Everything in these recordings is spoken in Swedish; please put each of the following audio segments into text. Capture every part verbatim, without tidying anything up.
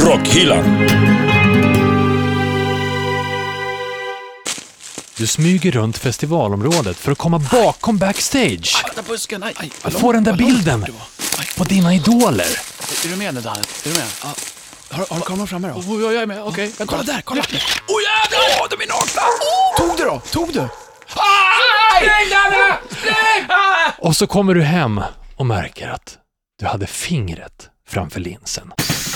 Rockhyllan. Du smyger runt festivalområdet för att komma bakom backstage. Aj, busken, aj, aj, och få den där bilden på dina idoler. Är du med nu, Danne? Är du med? Ja. Har, har du kameran framme då? Oh, jag är med, okej. Okay. Kolla där, kolla. Åh oh, jävlar, oh, de är nakna. Oh. Tog du då? Tog du? Spräng, Danne! Spräng! Och så kommer du hem och märker att du hade fingret framför linsen.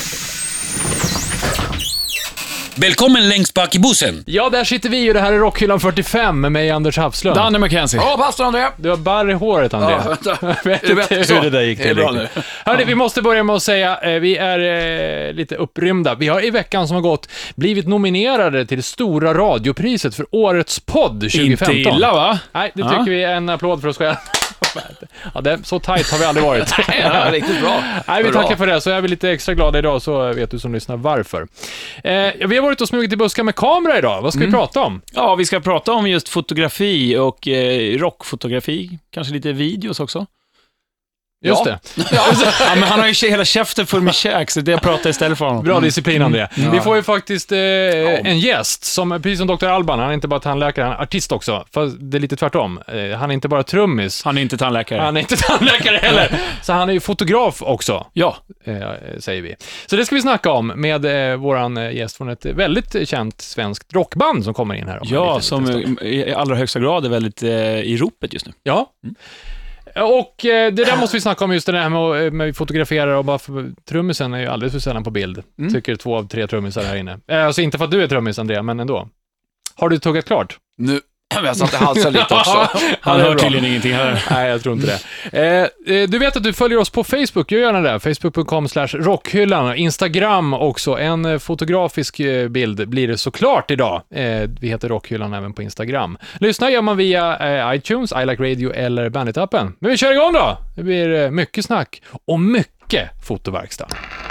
Välkommen längst bak i bussen. Ja, där sitter vi och det här är Rockhyllan fyrtiofem med mig, Anders Hafslund. Danne McKenzie. Ja, pastor André. Du har barr i håret, André. Ja, vänta. Jag vet inte hur det där gick till. Det är bra nu. Hörrni, vi måste börja med att säga, eh, vi är eh, lite upprymda. Vi har i veckan som har gått blivit nominerade till Stora radiopriset för Årets podd tjugohundrafemton. Inte illa, va? Nej, det tycker ja. vi är en applåd för oss själva. Ja, det, så tajt har vi aldrig varit. Ja, riktigt bra. Nej, vi tackar för det, så är vi lite extra glada idag, så vet du som lyssnar varför. Eh, vi har varit och smugit i buskar med kamera idag. Vad ska mm. vi prata om? Ja, vi ska prata om just fotografi och eh, rockfotografi. Kanske lite videos också. Just ja. det. Ja, men han har ju hela käften full med käk, så det jag pratar istället för honom. Bra disciplin, André. Mm. Vi får ju faktiskt eh, ja. en gäst, som, precis som doktor Alban, han är inte bara tandläkare, han är artist också. Fast det är lite tvärtom. Eh, han är inte bara trummis. Han är inte tandläkare. Han är inte tandläkare heller. Så han är ju fotograf också. Ja. Eh, säger vi. Så det ska vi snacka om med eh, våran gäst från ett väldigt känt svenskt rockband som kommer in här. Ja, som i allra högsta grad är väldigt eh, i ropet just nu. Ja. Mm. Och eh, det där måste vi snacka om, just det här med, med fotograferar och bara för, trummisen är ju alldeles för sällan på bild. Mm. Tycker två av tre trummisar här inne. Eh, alltså inte för att du är trummis, Andrea, men ändå. Har du tuggat klart? Nu, jag satt i halsen lite också. Han hör tydligen ingenting här. Nej, jag tror inte det. Eh, du vet att du följer oss på Facebook, gör gärna det. facebook punkt com slash rockhyllan. Instagram också. En fotografisk bild blir det såklart idag. Eh, vi heter Rockhyllan även på Instagram. Lyssna gör man via eh, iTunes, I Like Radio eller Bandit-appen. Men vi kör igång då! Det blir mycket snack och mycket fotoverkstad.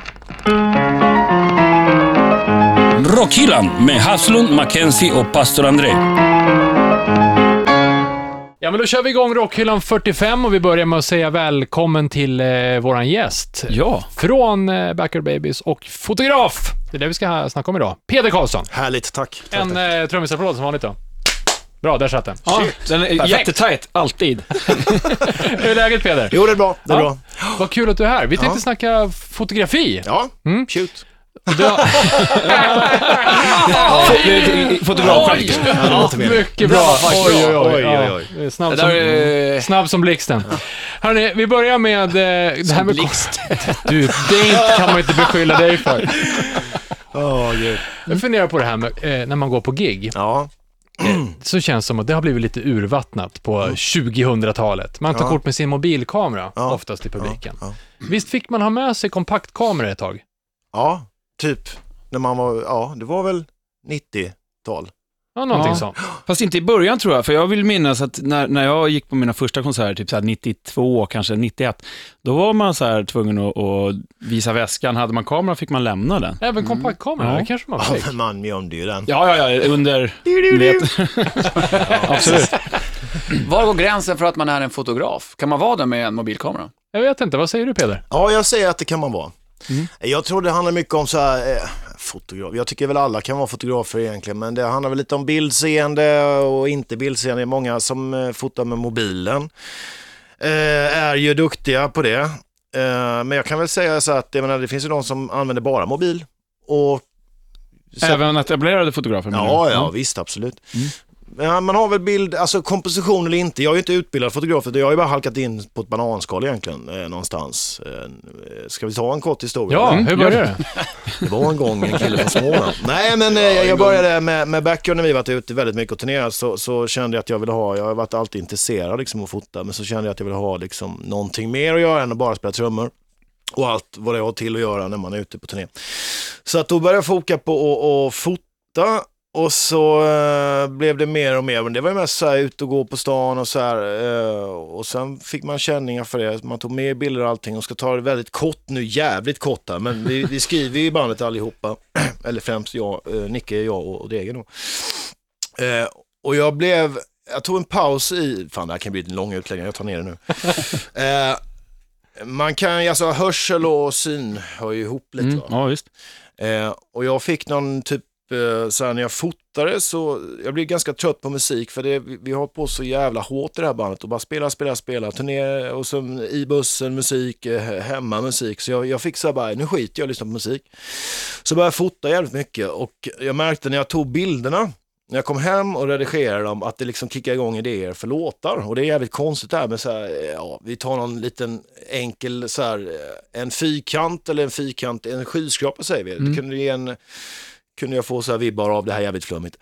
Rockhyllan med Hafslund, McKenzie och pastor André. Ja, men då kör vi igång Rockhyllan fyrtiofem och vi börjar med att säga välkommen till eh, våran gäst. Ja. Från eh, Backer Babies och fotograf. Det är det vi ska snacka om idag. Peder Karlsson. Härligt, tack. tack en eh, trummisapplåd som vanligt då. Bra, där satt den. Ja, den är jättetajt, alltid. Hur är läget, Peder? Jo, det är bra. Det är ja. bra. Vad kul att du är här. Vi tänkte ja. snacka fotografi. Ja, mm. shoot. Du har... Fotograf. Oj, ja, mycket bra. Oj, oj, oj. oj, oj, oj. Snabb, som, är... snabb som blixten. Ja. Hörrni, vi börjar med eh, det här med blixt. Du, det kan man inte beskylla dig för. Oh, Gud. Jag funderar på det här med eh, när man går på gig. Ja. Eh, så känns det som att det har blivit lite urvattnat på mm. tjugohundratalet. Man tar ja. kort med sin mobilkamera, ja. oftast i publiken. Ja. Ja. Visst fick man ha med sig kompaktkamera ett tag? Ja, typ. När man var, ja, det var väl nittiotal. Ja, någonting ja. sånt. Fast inte i början tror jag, för jag vill minnas att när, när jag gick på mina första konserter, typ så här nittiotvå, kanske nittioett, då var man så här tvungen att, att visa väskan. Hade man kamera fick man lämna den. Även kompaktkamera, mm. det kanske man fick. Ja, man gömde ju den. Ja, ja, ja, under... ja, absolut. Var går gränsen för att man är en fotograf? Kan man vara det med en mobilkamera? Jag vet inte, vad säger du, Peder? Ja, jag säger att det kan man vara. Mm. Jag tror det handlar mycket om så här, eh, fotograf. Jag tycker väl alla kan vara fotografer egentligen, men det handlar väl lite om bildseende och inte bildseende. Många som eh, fotar med mobilen eh, är ju duktiga på det. Eh, men jag kan väl säga så att jag menar, det finns ju de som använder bara mobil. Och så, även etablerade fotografer? Ja, ja, mm. visst, absolut. Mm. Ja, man har väl bild, alltså komposition eller inte. Jag är ju inte utbildad fotograf, jag har ju bara halkat in på ett bananskal egentligen eh, någonstans. Eh, ska vi ta en kort historia? Ja, mm. hur började det? Det var en gång en kille från Småland. Nej, men eh, jag började med, med Backer när vi varit ute väldigt mycket och turnerat, så, så kände jag att jag ville ha, jag har varit alltid intresserad liksom att fota, men så kände jag att jag ville ha liksom någonting mer att göra än att bara spela trummor. Och allt vad det har till att göra när man är ute på turné. Så att då började jag foka på att fota. Och så uh, blev det mer och mer. Men det var ju mest så här ut och gå på stan och så här. Uh, och sen fick man känningar för det. Man tog med bilder och allting. Och ska ta det väldigt kort nu. Jävligt kort här. Men vi, vi skriver ju i bandet allihopa. Eller främst jag, uh, Nicke, jag och, och Degen då. Uh, och jag blev... Jag tog en paus i... Fan, det här kan bli en lång utläggning. Jag tar ner det nu. Uh, Man kan, alltså hörsel och syn hör ju ihop lite Mm. va? Ja, visst. Eh, och jag fick någon typ, eh, så här, när jag fotade så, jag blev ganska trött på musik för det, vi, vi har på så jävla hårt i det här bandet och bara spela, spela, spela, turné och så i bussen musik, eh, hemma musik. Så jag, jag fick så här bara, nu skiter jag och lyssnar på musik. Så började jag fota jävligt mycket och jag märkte när jag tog bilderna, när jag kom hem och redigerade dem, att det liksom kickade igång idéer för låtar. Och det är jävligt konstigt där med så här, ja, vi tar någon liten enkel så här, en fyrkant eller en fyrkant, en skyskrapa säger vi. Mm. Det kunde ge en, kunde jag få så här vibbar av det här jävligt flummigt.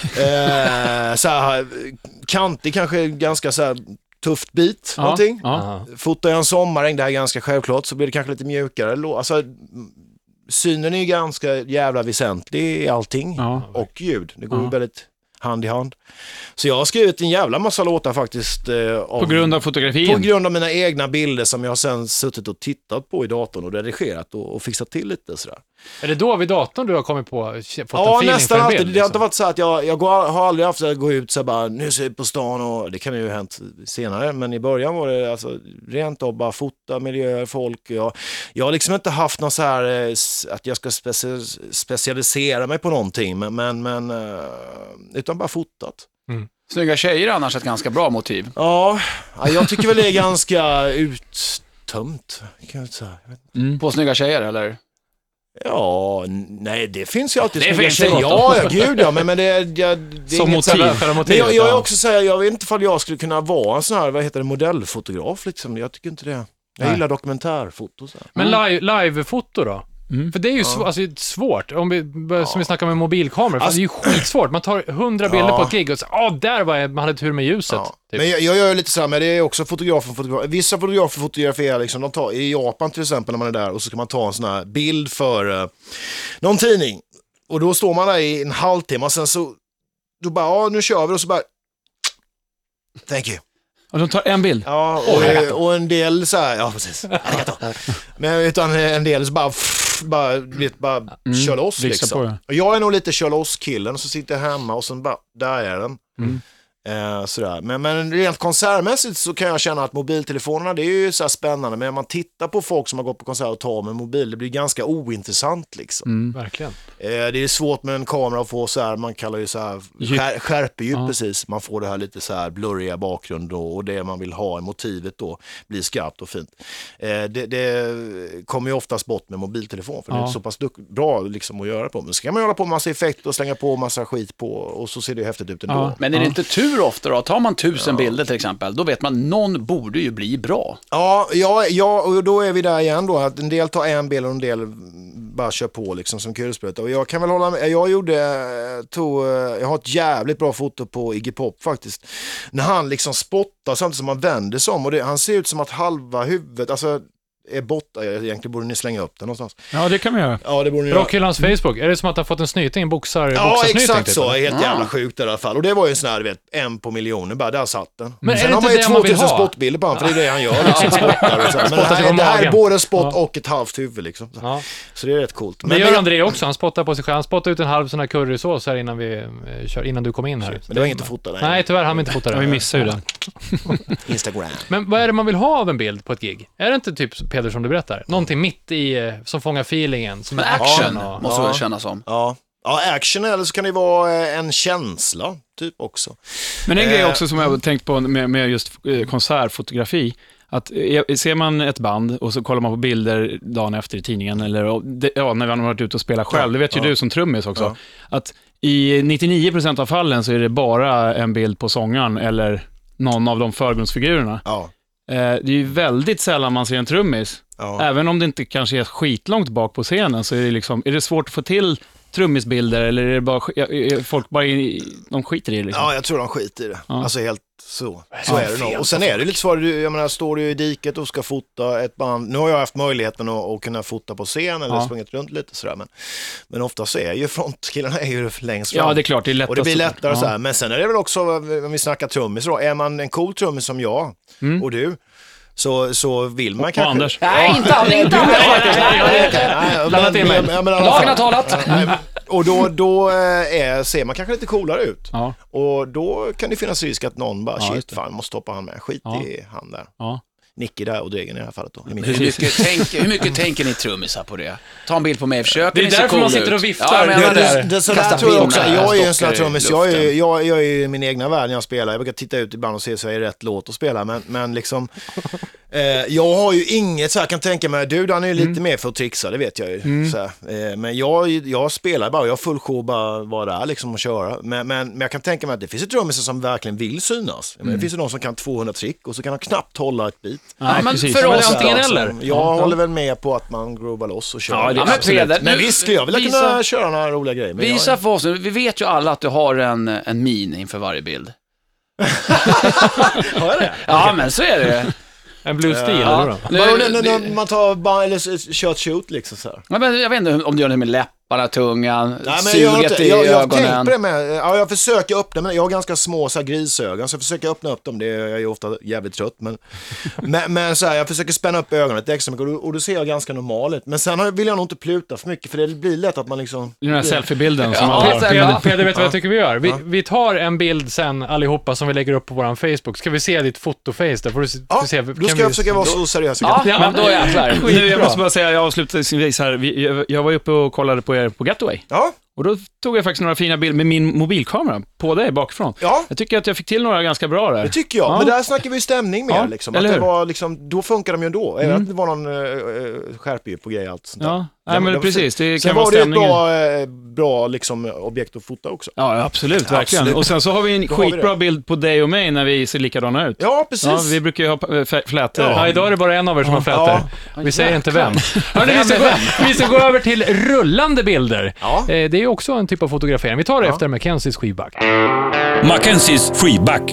eh, så här, kantig kanske ganska så här tufft bit, Ja, någonting. ja. Fotar jag en sommaräng, det här är ganska självklart, så blir det kanske lite mjukare. Alltså, synen är ju ganska jävla väsentlig i allting. Ja. Och ljud. Det går ju Ja. väldigt hand i hand. Så jag har skrivit en jävla massa låtar faktiskt. Eh, av, På grund av fotografin? På grund av mina egna bilder som jag sen suttit och tittat på i datorn och redigerat och, och fixat till lite sådär. Är det då vid datorn du har kommit på, fått en Ja, feeling nästan för en alltid. bild? Det har inte liksom? varit så att jag, jag går, har aldrig haft att gå ut så bara, nu ser jag på stan och det kan ju ha hänt senare. Men i början var det alltså rent av bara fota miljöer, folk. Jag, jag har liksom inte haft någon så här eh, att jag ska speci- specialisera mig på någonting, men, men, men eh, utan bara fotat. Snygga tjejer är annars ett ganska bra motiv. Ja, ja, jag tycker väl det är ganska uttömt. Kan jag säga. På snygga tjejer, eller? Ja, nej, det finns ju alltid Det snygga finns det tjejer. gott Ja, ja, gud ja, men, men det, det, det är Som inget motiv. så här- Själva Men motivet, jag, jag är ja. också säga, jag vet inte ifall jag skulle kunna vara en sån här, vad heter det, modellfotograf liksom. Jag tycker inte det. Jag Nej. gillar dokumentärfoto så här. Men live, live-foto då? Mm. För det är ju sv- alltså, svårt, om vi, börjar- som vi snackar med mobilkameror, för Alltså- det är ju skitsvårt. Man tar hundra bilder Ja. på ett gig och så, ja, där var jag, man hade tur med ljuset. Ja. Typ. Men jag, jag gör ju lite så här, men det är också fotografen fotograf. Vissa fotografer fotograferar liksom, de tar, i Japan till exempel när man är där och så kan man ta en sån här bild för uh, någon tidning. Och då står man där i en halvtimme och sen så, då bara, ja nu kör vi och så bara, thank you. Och de tar en bild? Ja, och, och en del så här, ja precis. Men utan en del så bara, pff, bara, vet, bara Mm, kör loss vixar liksom. på det. Och jag är nog lite kör loss-killen och så sitter jag hemma och sen bara, där är den. Mm. Eh, sådär. Men, men rent konsertmässigt så kan jag känna att mobiltelefonerna, det är ju så här spännande, men när man tittar på folk som har gått på konsert och tar med mobil, det blir ganska ointressant liksom. Mm. Verkligen. Eh, det är svårt med en kamera att få så här, man kallar ju så här Djup. skär, skärpedjup Ja. precis. Man får det här lite så här blurriga bakgrund då, och det man vill ha i motivet då blir skarpt och fint. Eh, det, det kommer ju oftast bort med mobiltelefon för det Ja. är så pass duk- bra liksom att göra på. Men så kan man göra på massa effekt och slänga på massa skit på och så ser det ju häftigt ut ändå. Ja. Men är det inte tur ofta då? Tar man tusen bilder till exempel, då vet man någon borde ju bli bra. Ja, ja, ja, och då är vi där igen då, att en del tar en bild och en del bara kör på liksom som kulspruta. Och jag kan väl hålla med, jag gjorde, tog, jag har ett jävligt bra foto på Iggy Pop faktiskt. När han liksom spottar samtidigt som han vänder sig om och det, han ser ut som att halva huvudet, alltså är borta, egentligen borde ni slänga upp den någonstans. Ja, det kan man göra. Ja, det borde ni göra. Rockhyllans Facebook, är det som att han fått en snyting, en boxar, Ja, boxarsnyting? exakt typ, så. eller? Helt jävla Ah. sjukt i alla fall. Och det var ju en sån här, du vet, en på miljoner, bara där satt den. Men är Sen det har inte man ju det man vill tvåtusen ha? spottbilder på honom, för det är det han gör, liksom, spottar och så. Men det Spottar sig här, på det här är magen. både spott Ja. och ett halvt huvud liksom. Så, Ja. så det är rätt coolt. Det gör men, André också, han spottar på sig själv. Han spottar ut en halv sån här currysås här innan vi eh, kör, innan du kom in här. men det var inget att fota där. Nej, tyvärr, han vill inte fota det. Ja, vi missar ju den. Instagram. Men vad är det man vill ha av en bild på ett gig? Är det inte typ, Peder, som du berättar? Någonting mitt i, eh, som fångar feelingen? Som Men är action och- måste Ja. väl kännas som. Ja. Ja, action eller så kan det vara eh, en känsla typ också. Men en grej Eh, också som jag har tänkt på med, med just eh, konsertfotografi, att eh, ser man ett band och så kollar man på bilder dagen efter i tidningen, eller och det, ja, när man har varit ute och spelat själv, Ja, det vet ju ja. du som trummis också, Ja. att i nittionio procent av fallen så är det bara en bild på sångaren eller någon av de förgrundsfigurerna. Ja. Eh, det är ju väldigt sällan man ser en trummis. Ja. Även om det inte kanske är skitlångt bak på scenen, så är det, liksom, är det svårt att få till trummisbilder, eller är det bara sk- är folk bara i, de skiter i det liksom? Ja, jag tror de skiter i det. Ja. Alltså helt så. Så Ja, är det nog. fel Och sen på är det lite svårt, jag menar, står du i diket och ska fota ett band. Nu har jag haft möjligheten att, att kunna fota på scen eller Ja. sprungit runt lite sådär. Men, men ofta så är ju frontkillarna är ju längst fram. Ja, det är klart, det är lättast. Och det blir lättare ja. så här. Men sen är det väl också, om vi snackar trummis då, är man en cool trummis som jag Mm. och du, så, så vill man Och kanske... Anders. Nej, inte Anders, inte Anders faktiskt. Nej, Blandat in mig. men- men- men i alla Lagen har fall. talat. Nej, och då, då eh, är, ser man kanske lite coolare ut. Ja, Och då kan det finnas risk att någon bara, Ja, just shit, det. fan, måste stoppa han med. Skit Ja. i han där. ja. Nicky där och Degen i det här fallet då. I min Hur mycket, tänk, hur mycket tänker ni trummisar på det? Ta en bild på mig, försöker Det är ni se därför cool man sitter ut? och viftar. Ja, men Det, det, det, det, det, så där kasta tror jag också. pinnar, Jag är ju en sån här stockar i trummis. Jag, är ju- luften. jag, jag är ju i min egna värld när jag spelar. Jag brukar titta ut ibland och se så är det rätt låt att spela. Men, men liksom, eh, jag har ju inget så här, kan tänka mig, du Dan är ju lite Mm. mer för att trixa, det vet jag ju. Så här, eh, men jag, jag spelar bara, jag har full show bara vara där liksom och köra. Men, men, men jag kan tänka mig att det finns ju trummisar som verkligen vill synas. Men det finns ju någon som kan tvåhundra trick och så kan han knappt hålla ett beat. Ja, men precis. för Så oss att, antingen alltså, eller. Jag håller väl med på att man groovar loss och kör. Ja, det är Ja, men absolut. Peder, Men nu- visst skulle jag vilja visa- kunna köra några roliga grejer. Men Visa jag, för oss, vi vet ju alla att du har en, en min inför varje bild. har jag det? Ja, men så är det. En blues-stil, Ja. eller då? Nu- Bara när, när, när man tar bara, eller kört shoot liksom så här. Ja, men jag vet inte om du gör det med läpparna, tungan, Nej, men jag, har suget inte, i jag, jag har tänkt ögonen. på det med, ja, jag försöker öppna, men jag har ganska små så här, grisögon så jag försöker öppna upp dem, det är jag är ju ofta jävligt trött men, men, men så här, jag försöker spänna upp ögonet extra mycket och, då- och då ser jag ganska normal ut, men sen har- vill jag nog inte pluta för mycket för det blir lätt att man liksom Den här selfie-bilden som Ja, man har. Peder, Peder, Peder, vet du vad jag tycker vi gör? Vi, vi tar en bild sen allihopa som vi lägger upp på våran Facebook. Ska vi se ditt fotoface där? Får du, se- ja, får se, då kan ska vi- jag försöka vara så seriös jag Ja, kan. men då jäklar. Nu, jag måste bara säga, jag avslutningsvis här, vi, jag, jag var uppe och kollade på er på Getaway. Ja, Och då tog jag faktiskt några fina bilder med min mobilkamera på dig bakifrån. ja. Jag tycker att jag fick till några ganska bra där. Det tycker jag, Ja. men där snackar vi ju stämning mer Ja, liksom. eller Att det hur? var, liksom, då funkar de ju ändå, även att det var någon uh, skärpning på grejer allt sånt där. Ja, nej, Det- men det- precis, det Sen kan vara var det ett stämningen. bra, eh, bra liksom, objekt att fota också. Ja, absolut, verkligen. Absolut. Och sen så har vi en Då har vi skitbra det. bild på dig och mig när vi ser likadana ut. Ja, precis. Ja, vi brukar ju ha äh, f- flätor. Ja. Ja, idag är det bara en av er som har flätor. Ja. Vi säger inte vem. Hörrni, vi, ska gå, vi ska gå över till rullande bilder. Ja. Eh, Det är ju också en typ av fotografering. Vi tar det efter Mackenzies skivback. Mackenzies freeback.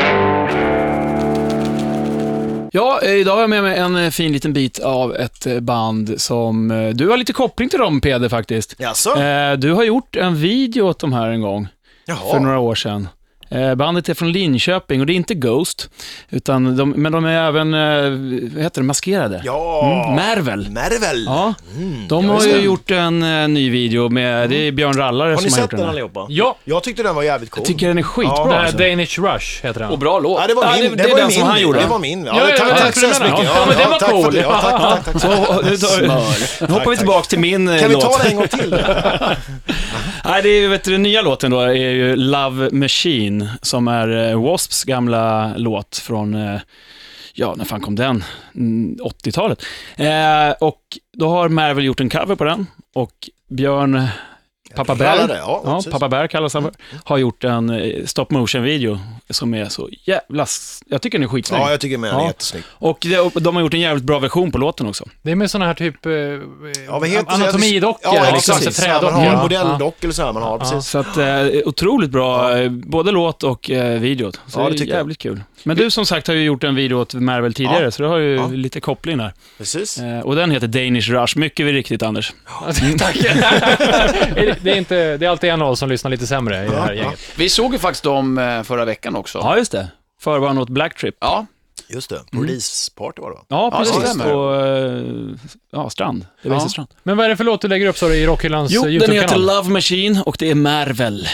Ja, eh, idag har jag med mig en eh, fin liten bit av ett eh, band som... eh, Du har lite koppling till dem, Peder, faktiskt. Jaså? Eh, Du har gjort en video åt de här en gång, Jaha. för några år sedan. Eh, Bandet är från Linköping och det är inte Ghost, utan de, men de är även, eh, vad heter det, maskerade. Ja. Mm, Mervel. Mervel. Ja, de ja, har just ju det. gjort en eh, ny video med, det är Björn Rallare Har som ni har sett gjort den den. allihopa? Ja, Jag tyckte den var jävligt cool. Jag tycker den är skitbra. Ja, alltså. Danish Rush heter den. Och bra låt. Ja, det var Ja, min. det- Det, det är var den min. som han gjorde. Det var min. Ja, Ja, ja, tack, ja, tack jag så hemskt menar. mycket. Ja, men den var tack cool. För det. Ja, tack, tack, tack, Så, nu, tar, nu hoppar vi tillbaka till min eh, Kan vi låt. ta den en gång till? Nej, det är ju, vet du, den nya låten då är ju Love Machine, som är eh, W A S Ps gamla låt från, eh, ja, när fan kom den? Mm, åttiotalet. Eh, och då har Mervel gjort en cover på den, och Björn Pappa Rallare, Bär, ja, ja, precis. Pappa Bär kallas han för, har gjort en eh, stop motion-video som är så jävla... s- Jag tycker den är skitsnygg. Ja, jag tycker med den är Ja. jättesnygg. Och det, och de har gjort en jävligt bra version på låten också. Det är med såna här typ eh, Ja, vad heter det? anatomidockor. Ja, liksom, exakt. så Så man trädockor. har en Ja. modelldock eller så här. Man har, precis. Så att, eh, otroligt bra, eh, både låt och eh, video. Så Ja, det det är tycker jag. jävligt kul. Men du som sagt har ju gjort en video åt Mervel tidigare, Ja. så du har ju Ja. lite koppling där. precis. Eh, och den heter Danish Rush, mycket riktigt, Anders. Tack. det, är inte, det är alltid en av oss som lyssnar lite sämre i det här Ja, gänget. Vi såg ju faktiskt dem eh, förra veckan också. Ja, just det. Förband åt Black Trip. Ja, Just det. Police Party var det va? Ja, Ja, det precis. stämmer. På eh, ja, Strand. Det Ja. ja. Strand. Men vad är det för låt du lägger upp så i Rockhyllans Jo, eh, den heter YouTube-kanal? Love Machine och det är Mervel.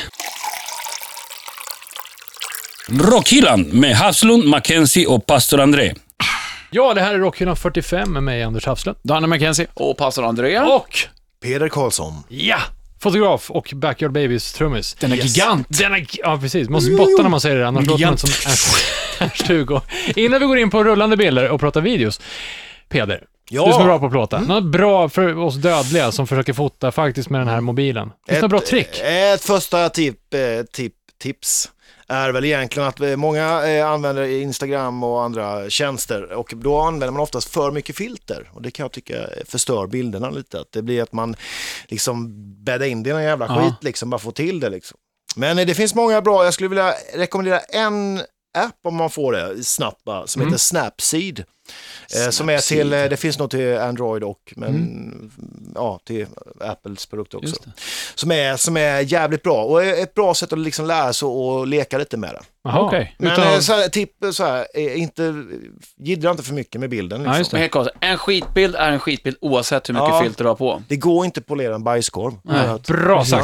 Rockhyllan med Havslund, Mackenzie och pastor André. Ja, det här är Rockhyllan fyrtiofem med mig, Anders Havslund. Danne McKenzie. och pastor André. Och, Peder Karlsson. ja, fotograf och Backyard Babies trummis. Den är Yes. gigant. Den är, ja, precis. Måste botta när man säger det, annars låter man Gigant. som en Ernst-Hugo. Innan vi går in på rullande bilder och pratar videos, Peder, Ja. du som är bra på att plåta. Något bra för oss dödliga som försöker fota faktiskt med den här mobilen. Finns det några bra trick? Ett första tip, eh, tip, tips är väl egentligen att eh, många eh, använder Instagram och andra tjänster och då använder man oftast för mycket filter och det kan jag tycka förstör bilderna lite. Att det blir att man liksom bäddar in det i någon jävla Ja. skit liksom, bara får till det liksom. Men eh, det finns många bra, jag skulle vilja rekommendera en app om man får det snabbt bara, som heter Snapseed. Eh, som är till, eh, det finns nog till Android och men, ja, till Apples produkter också. Just det. Som är, som är jävligt bra och är ett bra sätt att liksom lära sig och leka lite med det. Jaha, Okej. Men utan- eh, så här, tipp så här, eh, inte, giddra inte för mycket med bilden. Liksom. Ja, just Men helt konstigt, en skitbild är en skitbild oavsett hur mycket Ja. filter du har på. Det går inte att polera en bajskorv. har jag hört. Bra sagt.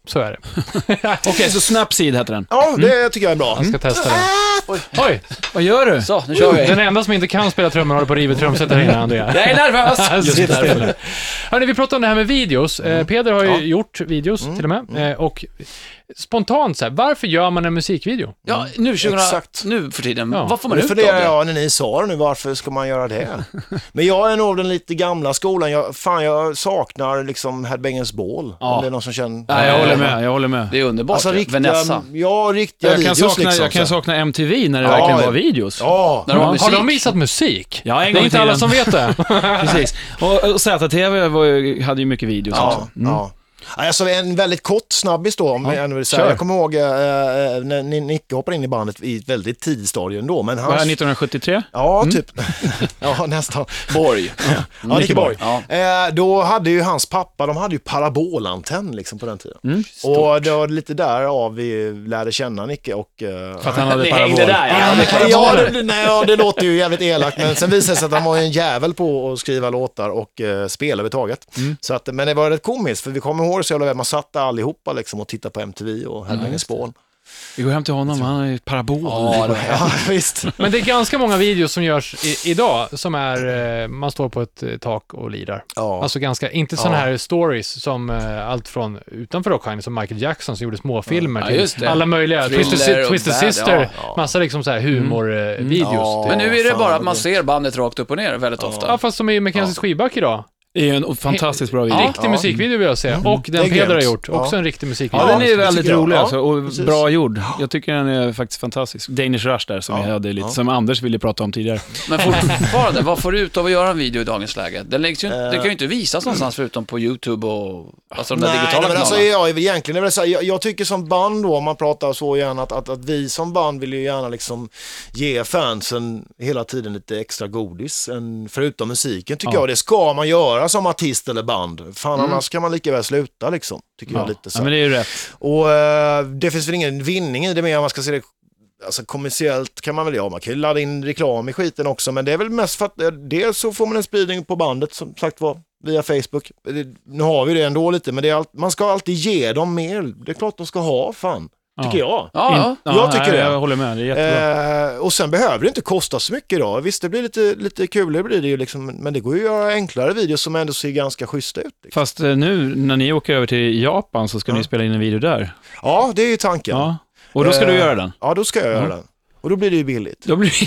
Så är det. Okej, okay, så Snapseed heter den. Ja, det tycker jag är bra. Jag ska testa det. Oj. Oj, vad gör du? Så, nu kör vi. Den enda som inte kan spela trummor håller på att riva trumset här inne, Andrea. Jag är nervös. Just det. Hörrni, vi pratade om det här med videos. Mm. Peder har ju ja. gjort videos mm. till och med. Mm. Och spontant så här, varför gör man en musikvideo? Ja, nu tjugo Exakt. nu för tiden. Ja. Vad får man Nu ut av funderar det? jag när ni sa det nu, varför ska man göra det? Men jag är nog den lite gamla skolan. Jag, fan, jag saknar liksom Headbangers Ball. Ja. Om det är någon som känner... Ja, jag håller med, jag håller med. Det är underbart. Alltså riktiga, Vanessa. ja, riktiga Jag kan, videos sakna, liksom. jag kan så. sakna M T V när det Ja, verkligen ja. var videos. Ja, När de har Har musik. de visat musik? Ja, en Det är gång i inte alla tiden. som vet det. Precis. Och, och Z T V var ju, hade ju mycket videos ja, också. Mm. ja. Alltså en väldigt kort snabbis då, om Ja, jag vill säga. kör. Jag kommer ihåg äh, när Nicke hoppade in i bandet i ett väldigt tidigt stadie då. Men Var det hans... nittonhundrasjuttiotre? Ja, typ. ja, nästan. Borg. Ja, Nicke Borg. Ja. Eh, då hade ju hans pappa, de hade ju parabolantenn liksom på den tiden. Mm. Och det var lite därav vi lärde känna Nicke och... Eh, För att han hade Ni parabol. hängde där, ja. ja, det, nej, ja, det låter ju jävligt elakt, men sen visade det sig att han var en jävel på att skriva låtar och eh, spela överhuvudtaget. Mm. Så att, men det var rätt komiskt, för vi kommer ihåg så jävla väl, man satt där allihopa liksom och tittade på M T V och Headbangers Ball. Vi går hem till honom, han har ju parabol. Ja, det var Ja, visst. Men det är ganska många videos som görs i, idag som är, eh, man står på ett eh, tak och lirar. Ja. Alltså ganska, inte sådana Ja. här stories som eh, allt från utanför rockgenren som Michael Jackson som gjorde småfilmer Ja, till just det. alla möjliga, Thriller Twisted, och Twisted Bad, Sister, ja, ja. massa liksom så här humorvideos. Ja. typ. Men nu är det fan, bara att man det- ser bandet rakt upp och ner väldigt ofta. Ja, fast som i Mackenzies skivback idag. Det är ju en fantastiskt bra video. En riktig Ja. musikvideo vill jag säga. Och Det är den Peder har grymt. gjort. Också Ja. en riktig musikvideo. Ja, den är det väldigt tycker jag. rolig Ja, alltså, och precis. bra gjord. Jag tycker den är faktiskt fantastisk. Danish Rush där som Ja. jag hade lite, Ja. som Anders ville prata om tidigare. Men fortfarande, vad får du ut av att göra en video i dagens läge? Den, läggs ju, Eh. den kan ju inte visas någonstans förutom på YouTube och alltså de där Nej, digitala nej, men alltså, kanalerna. jag, är väl egentligen, jag, vill säga, jag, jag tycker som band då, om man pratar så gärna, att, att, att vi som band vill ju gärna liksom ge fansen hela tiden lite extra godis, än, förutom musiken tycker Ja. jag. Det ska man göra som artist eller band. Fan, annars kan man lika väl sluta liksom, tycker jag lite så. Ja, men det är ju rätt. Och eh, det finns väl ingen vinning i det, med om man ska se det alltså kommersiellt kan man väl, ja man kan ju ladda in reklam i skiten också, men det är väl mest för att eh, dels så får man en spridning på bandet som sagt var via Facebook. Det, nu har vi det ändå lite, men det är allt, man ska alltid ge dem mer. Det är klart de ska ha, fan. Tycker jag. Ja, ja. Jag tycker nej, det. Jag håller med, det är jättebra. Eh, och sen behöver det inte kosta så mycket då. Visst, det blir lite, lite kul, det blir det ju liksom, men det går ju att göra enklare videos som ändå ser ganska schyssta ut. Liksom. Fast eh, nu när ni åker över till Japan så ska Ja. ni spela in en video där. Ja, det är ju tanken. Ja. Och då ska du Eh, göra den. Ja, då ska jag göra Mm. den. Och då blir det ju billigt. Då blir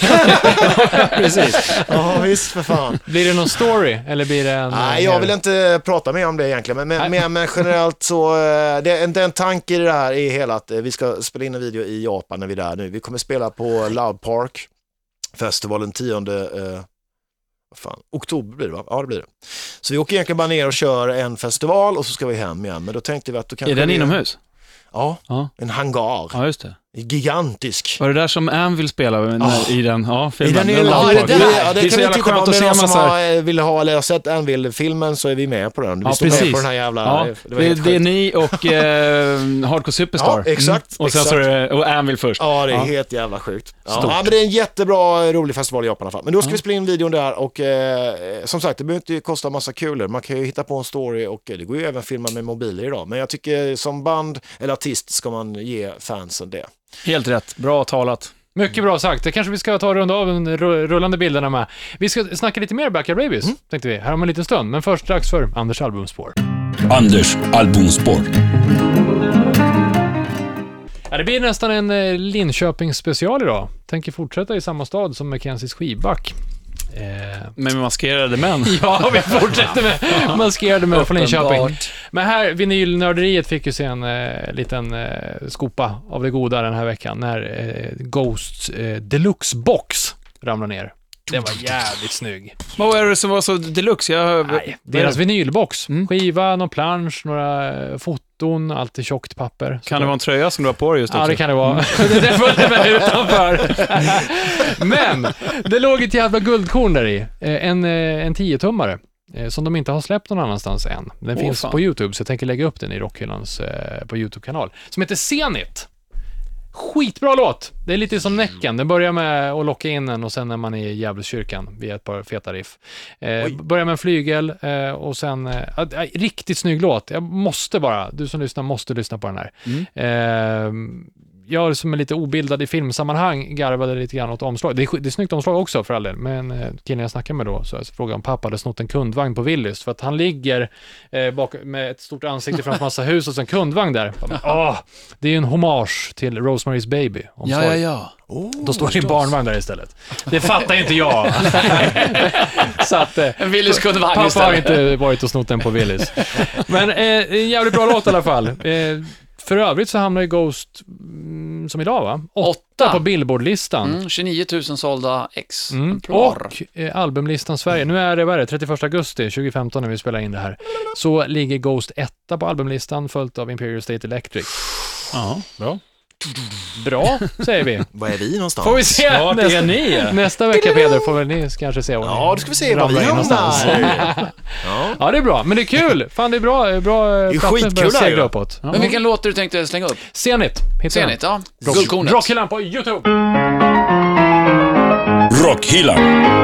Precis. Ja, visst för fan. Blir det någon story? Eller blir det en... Nej, jag vill inte prata mer om det egentligen, men, men, men, men generellt så, eh, det, en, en tanke i det här är hela att eh, vi ska spela in en video i Japan när vi är där nu. Vi kommer spela på Love Park festivalen tionde eh, vad fan, oktober blir det va? Ja, det blir det. Så vi åker egentligen bara ner och kör en festival och så ska vi hem igen, men då tänkte vi att då kanske Är den vi, inomhus? Ja, Ja. en hangar. Ja, just det. Gigantisk. Var det där som Anvil spelade när, Ja. i den? Ja, I filmen. den är, Den ja, Love det, Park. där, ja, det, det är kan så vi jävla titta på. skönt Om att det är se någon som massa... har, eh, vill ha eller har sett Anvil-filmen så är vi med på den. Vi Ja, står med precis. på den här jävla... Ja, det var det, helt det är sjukt. ni och eh, Hardcore Superstar. Ja, exakt, Och sen exakt. så är det och Anvil först. Ja, det är Ja. helt jävla sjukt. Ja, Stort. ja, men det är en jättebra, rolig festival i Japan i alla fall. Men då ska Ja. vi spela in videon där och eh, som sagt, det behöver inte kosta massa kulor. Man kan ju hitta på en story och eh, det går ju även att filma med mobiler idag. Men jag tycker som band eller artist ska man ge fansen det. Helt rätt. Bra talat. Mycket bra sagt. Det kanske vi ska ta och runda av den ru- rullande bilderna med. Vi ska snacka lite mer Backyard Babies, Mm. tänkte vi, här om en liten stund. Men först strax för Anders albumspår. Anders albumspår. Ja, det blir nästan en eh, Linköping special idag. Tänker fortsätta i samma stad som Mackenzies skivback. Eh, Med maskerade män. ja, vi fortsätter med maskerade män från Linköping. Uppenbart. Men här, vinylnörderiet fick ju se en eh, liten eh, skopa av det goda den här veckan när eh, Ghosts eh, Deluxe Box ramlar ner. Den var jävligt snygg. Vad var det som var så deluxe? Jag... Nej, deras vinylbox. Mm. Skiva, någon plansch, några eh, foton, allt i tjockt papper. Kan det vara en tröja som du har på dig just också? Ja, det kan det vara. Det följde med utanför. Men det låg ett jävla guldkorn där i. Eh, En, eh, en tio-tummare. eh, Som de inte har släppt någon annanstans än. Den Åh, finns fan. på YouTube, så jag tänker lägga upp den i Rockhyllans eh, på YouTube-kanal. Som heter Zenit. Skitbra låt. Det är lite som Näcken. Den börjar med att locka in en och sen när man är i Djävulskyrkan via ett par feta riff. Eh, börjar med en flygel eh, och sen eh, äh, riktigt snygg låt. Jag måste bara, du som lyssnar måste lyssna på den här. Mm. Eh, jag som är lite obildad i filmsammanhang garvade lite grann åt omslag. Det är, det är snyggt omslag också för all del. Men eh, killen jag snackade med då så jag frågade om pappa hade snott en kundvagn på Willys. För att han ligger eh, bak med ett stort ansikte framför massa hus och sen kundvagn där. Åh, det är en hommage till Rosemary's Baby. Ja, ja, ja. Oh, då står det en barnvagn där istället. Det fattar inte jag. Så att, eh, en Willys kundvagn pappa istället. har inte varit och snott den på Willys. Men eh, en jävligt bra låt i alla fall. Eh, För övrigt så hamnar ju Ghost mm, som idag va? Åtta, Åtta. på Billboard-listan. Mm, tjugonio tusen sålda ex. Mm. Och eh, albumlistan Sverige. Nu är det, vad är det, trettioförsta augusti tjugohundrafemton när vi spelar in det här. Så ligger Ghost etta på albumlistan följt av Imperial State Electric. Ja, bra. Bra, säger vi. Var är vi någonstans? Får vi se Vart nästa, är ni? nästa vecka Peder får väl ni kanske se. Ja, då ska vi se var vi någonstans. Ja. Ja, det är bra. Men det är kul. Fan, det är bra. bra det är skitkul segla där, uppåt. Ja. Men vilken låt du tänkte slänga upp? Zenit. Zenit, ja. Rock, Guldkornet. Rockhyllan på YouTube. Rockhyllan.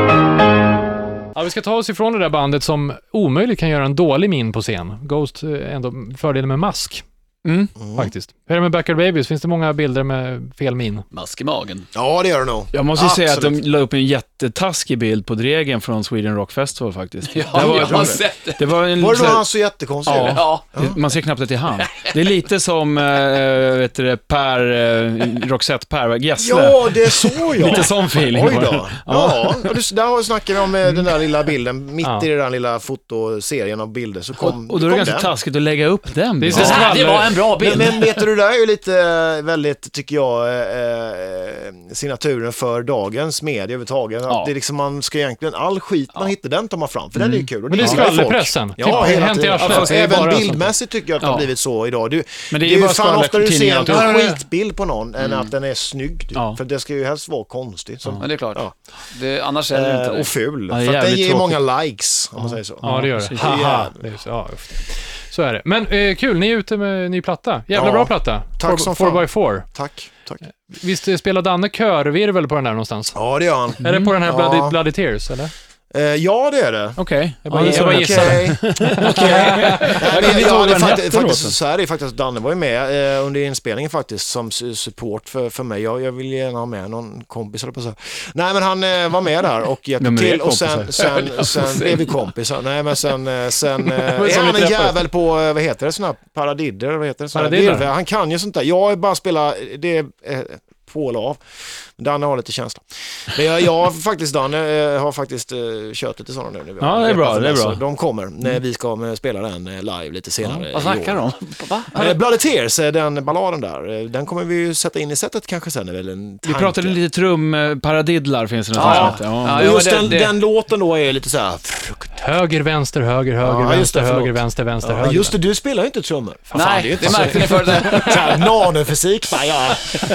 Ja, vi ska ta oss ifrån det där bandet som omöjligt kan göra en dålig min på scen. Ghost är ändå fördelen med mask. Mm, mm. Faktiskt. Hur är det med Backyard Babies? Finns det många bilder med fel min? Mask i magen. Ja, det gör det nog. Jag måste ju säga att Absolut. de la upp en jättetaskig bild på Dregen från Sweden Rock Festival faktiskt. Ja, det var, jag har sett det. Det var, en, var det då så här, han så jättekonstig? ja, Ja. det, man ser knappt att det är han. Det är lite som äh, vet du, Per, äh, Roxette Per Gessle. Ja, det är så jag. Lite sån feeling. Oj då. Ja. Ja, och du, där har vi snackat om eh, den där lilla bilden. Mitt ja. i den där lilla fotoserien av bilder så kom Och, och då är det kom ganska den. taskigt att lägga upp den. Det, är ja. Ja, det var en bra bild. Men, men vet du, det där är ju lite eh, väldigt, tycker jag, eh, signaturen för dagens media överhuvudtaget. Ja. Att det är liksom, man ska egentligen, all skit man hittar, den tar man fram. För mm. den är ju kul. Och men det är skvallerpressen. Ja, typ, hela hänt i tiden. arslet. Alltså, Det är även bara bildmässigt tycker jag att det Ja. har blivit så idag. Du, Men det är det ju är bara ju fan ofta du ser tidningar en och- skitbild på någon än Mm. att den är snygg. Typ. Ja. För det ska ju helst vara konstigt. Som, Men det är klart. Ja. Det, annars är det inte Eh, det. och ful. Ja, det är för att den jävligt ger tråkigt. många likes, om man säger så. Ja, det gör det. precis. Haha. Det är så, ja, just det. Så är det. Men eh, kul, ni är ute med en ny platta. Jävla Ja. bra platta. Tack som four fan. by four. Tack, tack. Visst spelar Danne körvirvel på den där någonstans? Ja, det gör han. Är det på den här Ja. Bloody, Bloody Tears, eller? Eh, ja, det är det. Okej. Jag bara, Ja, jag bara okej. gissade. Okej. Nej, men vi ja, tog det är den faktiskt, efter faktiskt, låten. så är det faktiskt. Danne var ju med eh, under inspelningen faktiskt som su- support för, för mig. Jag, jag vill gärna ha med någon kompis eller på så. Nej, men han eh, var med där och hjälpte Vem är till det, och sen, kompisar? sen, sen blev vi kompisar. Nej, men sen, eh, sen eh, som är vi han en träffades. jävel på, eh, vad heter det, sådana här paradidder, vad heter det? Såna här Paradiddar? virvel. Han kan ju sånt där. Jag är bara spela, det är eh, på eller av. Danne har lite känsla. Men jag, jag har faktiskt, Danne eh, har faktiskt eh, kört lite sådana nu. Ja, det är bra, det är bra. Så de kommer när vi ska eh, spela den eh, live lite senare. Vad snackar du om? Va? Eh, Bloody Tears, eh, den balladen där, eh, den kommer vi ju sätta in i sättet kanske sen, är väl en Vi tanke. pratade lite trum-paradidlar finns det något Ja. som heter. Ja. Ja, Och jo, just men den, det- det- den låten då är lite så här. Höger, vänster, höger, höger, Ja, just vänster, det, förlåt. höger, vänster, vänster, Ja, höger. just det, du spelar ju inte trummor. Fan, fan, Nej, ju det inte märkte ni för det. så här nanofysik, bara, ja.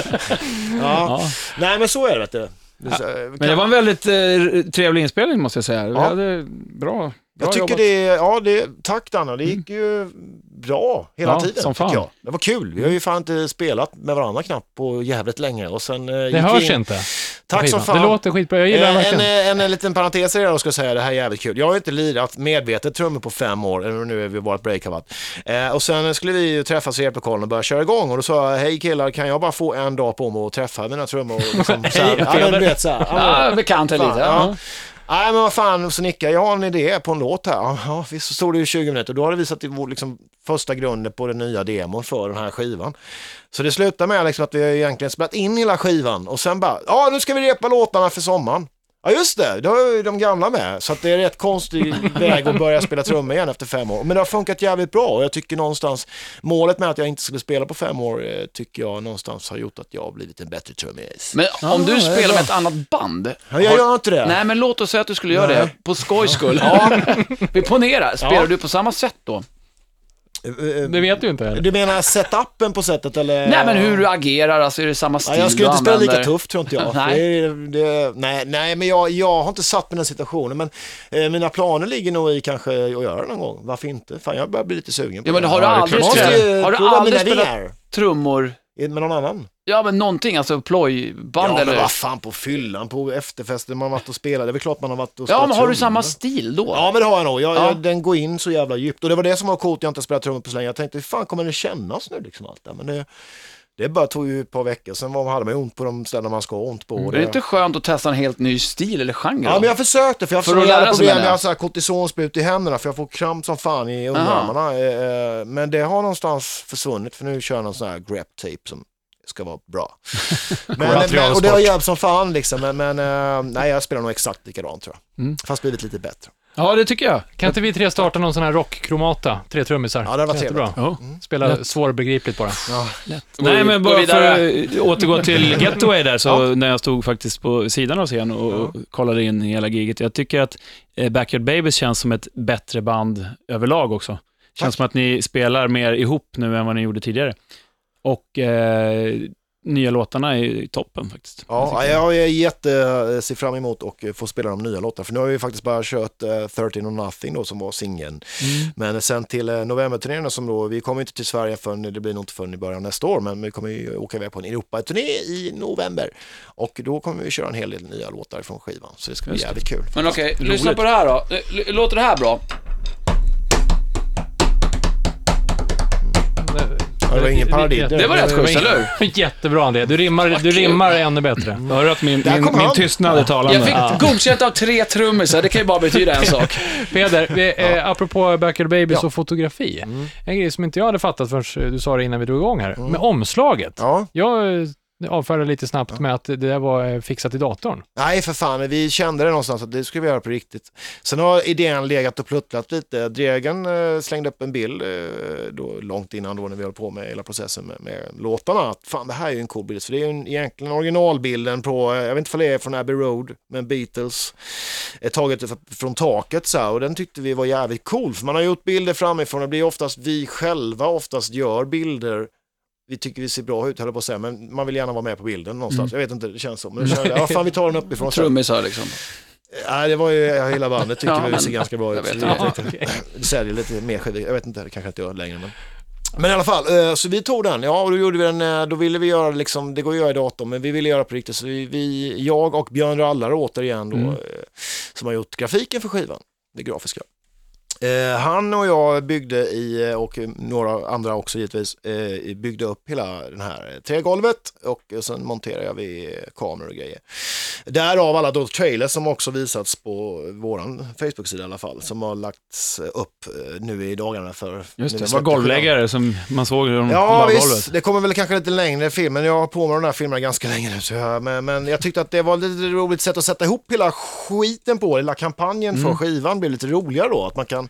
Ja. Nej, men så är det, vet du. Det är så, eh, Men det var en väldigt eh, trevlig inspelning måste jag säga. Vi Ja. hade bra, bra Jag tycker jobbat. det, ja det, tack Danne, det gick ju bra hela Ja, tiden, som fan. tycker jag. Det var kul, vi har ju fan inte spelat med varandra knappt på jävligt länge och sen eh, Det gick hörs vi in. inte. Tack som fan. Det låter skitbra, jag gillar det Eh, en, verkligen. en, en liten parentes i det då ska jag säga, det här är jävligt kul. Jag har ju inte lirat medvetet trummor på fem år, eller nu är vi vårt break har varit. Eh, och sen skulle vi ju träffas i replokalen och börja köra igång och då sa jag, hej killar, kan jag bara få en dag på mig att träffa mina trummor? Och liksom, så här, ja, men, du vet, så här, ja, Ja, bekant är fan, lite. ja. Ja. Nej men vad fan, så nickar jag har en idé på en låt här. Ja, ja visst, så stod det ju tjugo minuter. Då har det visat vår liksom, första grunden på den nya demon för den här skivan. Så det slutar med liksom, att vi har egentligen spelat in hela skivan och sen bara, ja nu ska vi repa låtarna för sommaren. Ja just det, då är ju de gamla med. Så att det är rätt konstig väg att börja spela trummor igen efter fem år. Men det har funkat jävligt bra och jag tycker någonstans, målet med att jag inte skulle spela på fem år eh, tycker jag någonstans har gjort att jag har blivit en bättre trummis. Men om Ja, du det är spelar bra. med ett annat band. Ja, jag gör inte det. Nej, men låt oss säga att du skulle göra Nej. det på skojs skull. Ja. Vi ponerar. Spelar Ja. du på samma sätt då? Det vet du inte heller. Du menar setupen på sättet eller? Nej, men hur du agerar, alltså är det samma stil Ja, jag skulle du inte spela lika använder? tufft tror inte jag. Nej. Det, det, nej, nej, men jag, jag har inte satt mig i den situationen. Men eh, mina planer ligger nog i kanske att göra det någon gång. Varför inte? Fan, jag börjar bli lite sugen på Ja, men det. har du Ja, det är aldrig, klart. spelat, Måste ju har du prova aldrig mina spelat vingar. trummor? Med någon annan? Ja, men någonting, alltså plojband Ja, eller... men vad fan, på fyllan, på efterfesten man har varit och spelat. Det är väl klart man har varit och Ja, spelat men har du trummor. samma stil då? Ja, men det har jag nog. Jag, Ja. jag, den går in så jävla djupt. Och det var det som var coolt, jag inte spelat trummor på så länge. Jag tänkte, hur fan kommer det kännas nu liksom allt där? Men det, det bara tog ju ett par veckor. Sen var, hade man ont på de ställen man ska ha ont på. Mm. Och Det är inte skönt att testa en helt ny stil eller genre? Ja, men jag försökte, för jag har För så att jävla lära sig, problem. menar Jag jag. har så här kortisonsprut i händerna för jag får kramp som fan i underarmarna. Eh, eh, Men det har någonstans försvunnit, för nu kör jag någon sån här grep tape som ska vara bra. men, men, och det har hjälpt som fan liksom, men, men eh, nej, jag spelar nog exakt likadant tror jag. Mm. Fast blivit lite bättre. Ja, det tycker jag. Kan inte vi tre starta någon sån här rockkromata? Tre trummisar. Ja, det var Jättebra. trevligt. Ja. Spela svårbegripligt bara. Ja. Nej, men Gå bara vidare. för att återgå till Getaway där, så Ja. när jag stod faktiskt på sidan av scenen och Ja. kollade in hela giget. Jag tycker att eh, Backyard Babies känns som ett bättre band överlag också. Känns Tack. som att ni spelar mer ihop nu än vad ni gjorde tidigare. Och eh, nya låtarna är ju toppen faktiskt. Ja, jag är jätte ser fram emot och få spela de nya låtarna. För nu har vi faktiskt bara kört uh, thirteen or nothing då, som var singeln. Mm. Men sen till uh, novemberturnén som då, vi kommer inte till Sverige förrän, det blir nog inte förrän i början av nästa år, men vi kommer ju åka iväg på en Europa-turné i november. Och då kommer vi köra en hel del nya låtar från skivan. Så det ska bli Just det. jävligt kul. Men okej, lyssna Roligt. på det här då. L- Låter det här bra? Ja, det var ingen parodi. Det var rätt schysst, eller hur? Jättebra, André. Du rimmar, du rimmar ännu bättre. Jag hör att min, Där min, kom min han. tystnad är talande. Jag fick godkänt av tre trummisar, det kan ju bara betyda en sak. Peder, vi, eh, apropå Backyard Babies Ja. och fotografi. Mm. En grej som inte jag hade fattat förrän du sa det innan vi drog igång här. Med omslaget. Ja. Jag eh, avfärdade lite snabbt med att det där var eh, fixat i datorn. Nej, för fan, vi kände det någonstans att det skulle vi göra på riktigt. Sen har idén legat och pluttrat lite. Dregen eh, slängde upp en bild eh, då, långt innan då när vi höll på med hela processen med, med låtarna. Att, fan, det här är ju en cool bild. För det är ju en, egentligen originalbilden på, eh, jag vet inte om det är från Abbey Road, men Beatles. Eh, taget från taket så här, och den tyckte vi var jävligt cool. För man har gjort bilder framifrån, det blir oftast vi själva oftast gör bilder. Vi tycker vi ser bra ut, höll jag på att säga, men man vill gärna vara med på bilden någonstans. Jag vet inte, det känns så. Men då kände jag, ja fan, vi tar den uppifrån. Så. Trummisar liksom. Nej, det var ju hela bandet tyckte Ja, vi men- ser ganska bra jag ut. vet Så det. jag tänkte, det säljer lite mer skivor. Jag vet inte, det kanske inte gör längre. Men, men i alla fall, eh, så vi tog den. Ja, och då gjorde vi den, eh, då ville vi göra liksom, det går att göra i datorn, men vi ville göra på riktigt. Så vi, vi jag och Björn Rallare återigen då, Mm. eh, som har gjort grafiken för skivan, det grafiska. Eh, han och jag byggde i, och några andra också givetvis, eh, byggde upp hela den här trägolvet och sen monterade vi kameror och grejer. Därav alla då trailers som också visats på våran Facebook-sida i alla fall, som har lagts upp eh, nu i dagarna för... Just nu det, vi det var släppte golvläggare som man såg dem Ja, på visst. golvet. Det kommer väl kanske lite längre film, men jag har på mig de här filmerna ganska länge nu. Så jag, men, men jag tyckte att det var lite roligt sätt att sätta ihop hela skiten på, hela kampanjen Mm. för skivan blev lite roligare då. Att man kan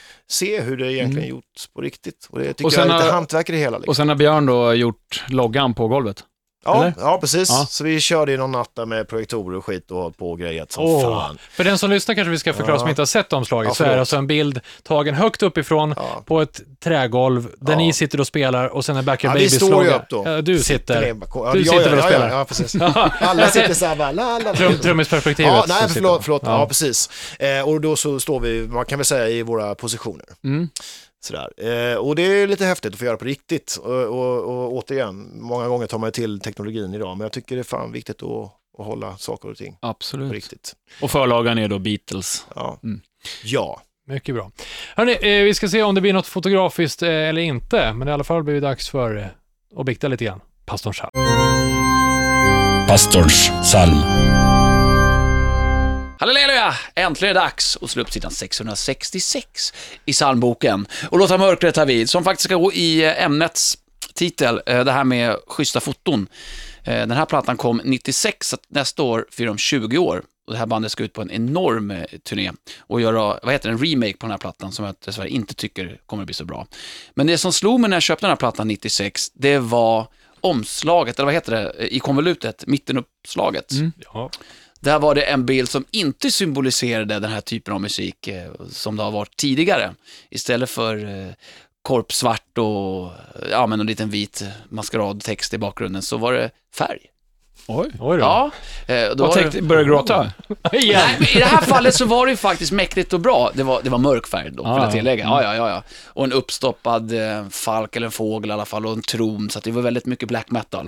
se hur det egentligen gjorts på riktigt. Och det tycker Och jag sen är lite har- hantverk i det hela. Liksom. Och sen har Björn då gjort loggan på golvet. Ja, eller? ja, precis. Ja. Så vi körde ju någon natt där med projektorer och skit och hållit på och grejat som Åh. fan. För den som lyssnar kanske vi ska förklara Ja. som inte har sett omslaget, Ja, så är det förlåt. alltså en bild tagen högt uppifrån Ja. på ett trägolv där Ja. ni sitter och spelar och sen är Backyard Ja, vi Babies står ju logga. upp då. Ja, du sitter. Ja, Du ja, sitter ja, och ja, spelar. Ja, ja, precis. Alla sitter så här bara, la, la, la. Trum, trummisperspektivet. Ja, så nej, sitter förlåt, man. förlåt. Ja, precis. Eh, och då så står vi, man kan väl säga, i våra positioner. Mm. Sådär. Eh, och det är lite häftigt att få göra på riktigt. Och, och, och återigen, många gånger tar man till teknologin idag, men jag tycker det är fan viktigt att, att hålla saker och ting på Absolut. riktigt. Och förlagan är då Beatles. Ja. Mm. Ja. Mycket bra. Hörrni, eh, vi ska se om det blir något fotografiskt eh, eller inte, men i alla fall blir det dags för eh, att bikta lite grann. Pastorn Schall. Pastorns psalm. Halleluja! Äntligen är det dags att slå upp sidan sexhundrasextiosex i psalmboken och låta mörkret ta vid, som faktiskt ska gå i eh, ämnets titel, eh, det här med schyssta foton. Eh, Den här plattan kom nittiosex, så att nästa år firar de tjugo år. Och det här bandet ska ut på en enorm eh, turné och göra, vad heter det, en remake på den här plattan som jag dessvärre inte tycker kommer att bli så bra. Men det som slog mig när jag köpte den här plattan nittiosex, det var omslaget, eller vad heter det, i konvolutet, mittenuppslaget. Mm. Ja. Där var det en bild som inte symboliserade den här typen av musik eh, som det har varit tidigare. Istället för eh, korpsvart och ja, men en liten vit maskeradtext i bakgrunden så var det färg. Oj. Oj då. Ja, eh, då Vad var tänkte, började gråta? Igen. Nej, men i det här fallet så var det ju faktiskt mäktigt och bra. Det var, det var mörk färg då, Ah, för att tillägga. Ja, ja, ja, ja. Och en uppstoppad eh, falk eller en fågel i alla fall och en tron, så att det var väldigt mycket black metal.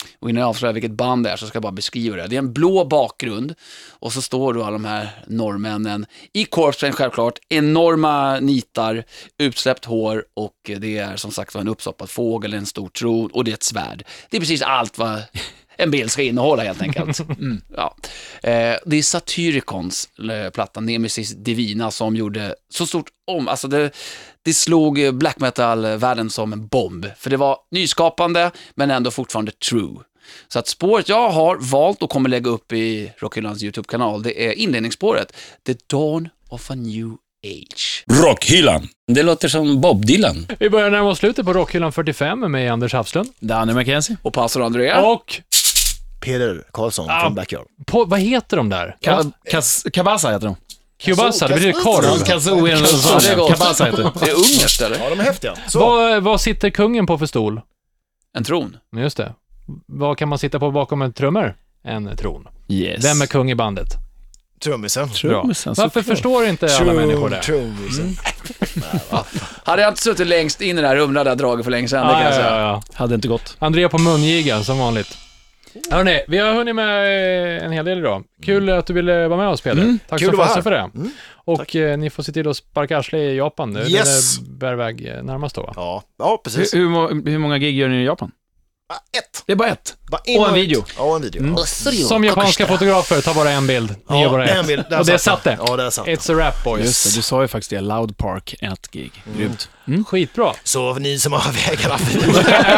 Och innan jag avslöjar vilket band det är så ska jag bara beskriva det. Det är en blå bakgrund och så står då alla de här norrmännen i Corpse självklart, enorma nitar, utsläppt hår och det är som sagt en uppstoppad fågel, en stor tron och det är ett svärd. Det är precis allt vad en bild ska innehålla helt enkelt. Mm, ja. eh, det är Satyricons eh, platta Nemesis Divina som gjorde så stort om, alltså det, det slog black metal-världen som en bomb, för det var nyskapande men ändå fortfarande true. Så att spåret jag har valt och kommer lägga upp i Rockhyllans YouTube-kanal, det är inledningsspåret The Dawn of a New Age. Rockhyllan. Det låter som Bob Dylan. Vi börjar närma oss slutet på Rockhyllan fyrtiofem med Anders Hafslund. Danny McKenzie. Och pastor Andrea. Och Peder Karlsson Ah. från Backyard. på, vad heter de där? Ka- kas- Kabasa heter de. Kielbasa, det betyder korv. Kazoo är en det är gott. Kabasa heter det. Det är ungerskt eller? Ja, de är häftiga. Så. Vad, vad sitter kungen på för stol? En tron. Just det. Vad kan man sitta på bakom en trummor? En tron. Yes. Vem är kung i bandet? Trummisen. Trummisen, Varför såklart. förstår inte alla människor det? Trummisen. Hade jag inte suttit längst in i det här rummet hade jag dragit för länge sedan, det kan Ja, jag ja, säga. ja, ja. Hade inte gått. Andrea på mungigan som vanligt. Hörrni, vi har hunnit med en hel del idag. Kul att du ville vara med oss, Peder. Mm, Tack kul så att vara fast för det. Mm, och eh, ni får se till att sparka arsle i Japan nu. Yes. Det bär väg eh, närmast då, va? Ja, ja precis. Hur, hur, må- hur många gig gör ni i Japan? Ah, Ett. Det är bara ett. Bara in Och en ut. video. Ja, och en video. Mm. Som japanska fotografer, ta bara en bild. Ni gör bara en ett. bild. Där Och det satt satt det. Ja, där satt det. It's a rap, boys. Just det, du sa ju faktiskt det. Loud Park, ett gig. Grymt. Skitbra. Så ni som har vägarna förbi.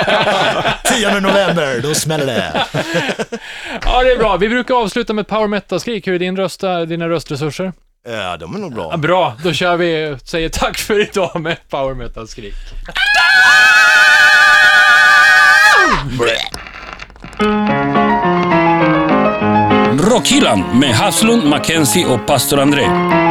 tionde november, då smäller det. Ja, det är bra. Vi brukar avsluta med ett power metal-skrik. Hur är din rösta, dina röstresurser? Ja, de är nog bra. Ja, bra, då kör vi. Säger tack för idag med ett power metal-skrik. Rockhyllan med Hafslund, Mackenzie och pastor André.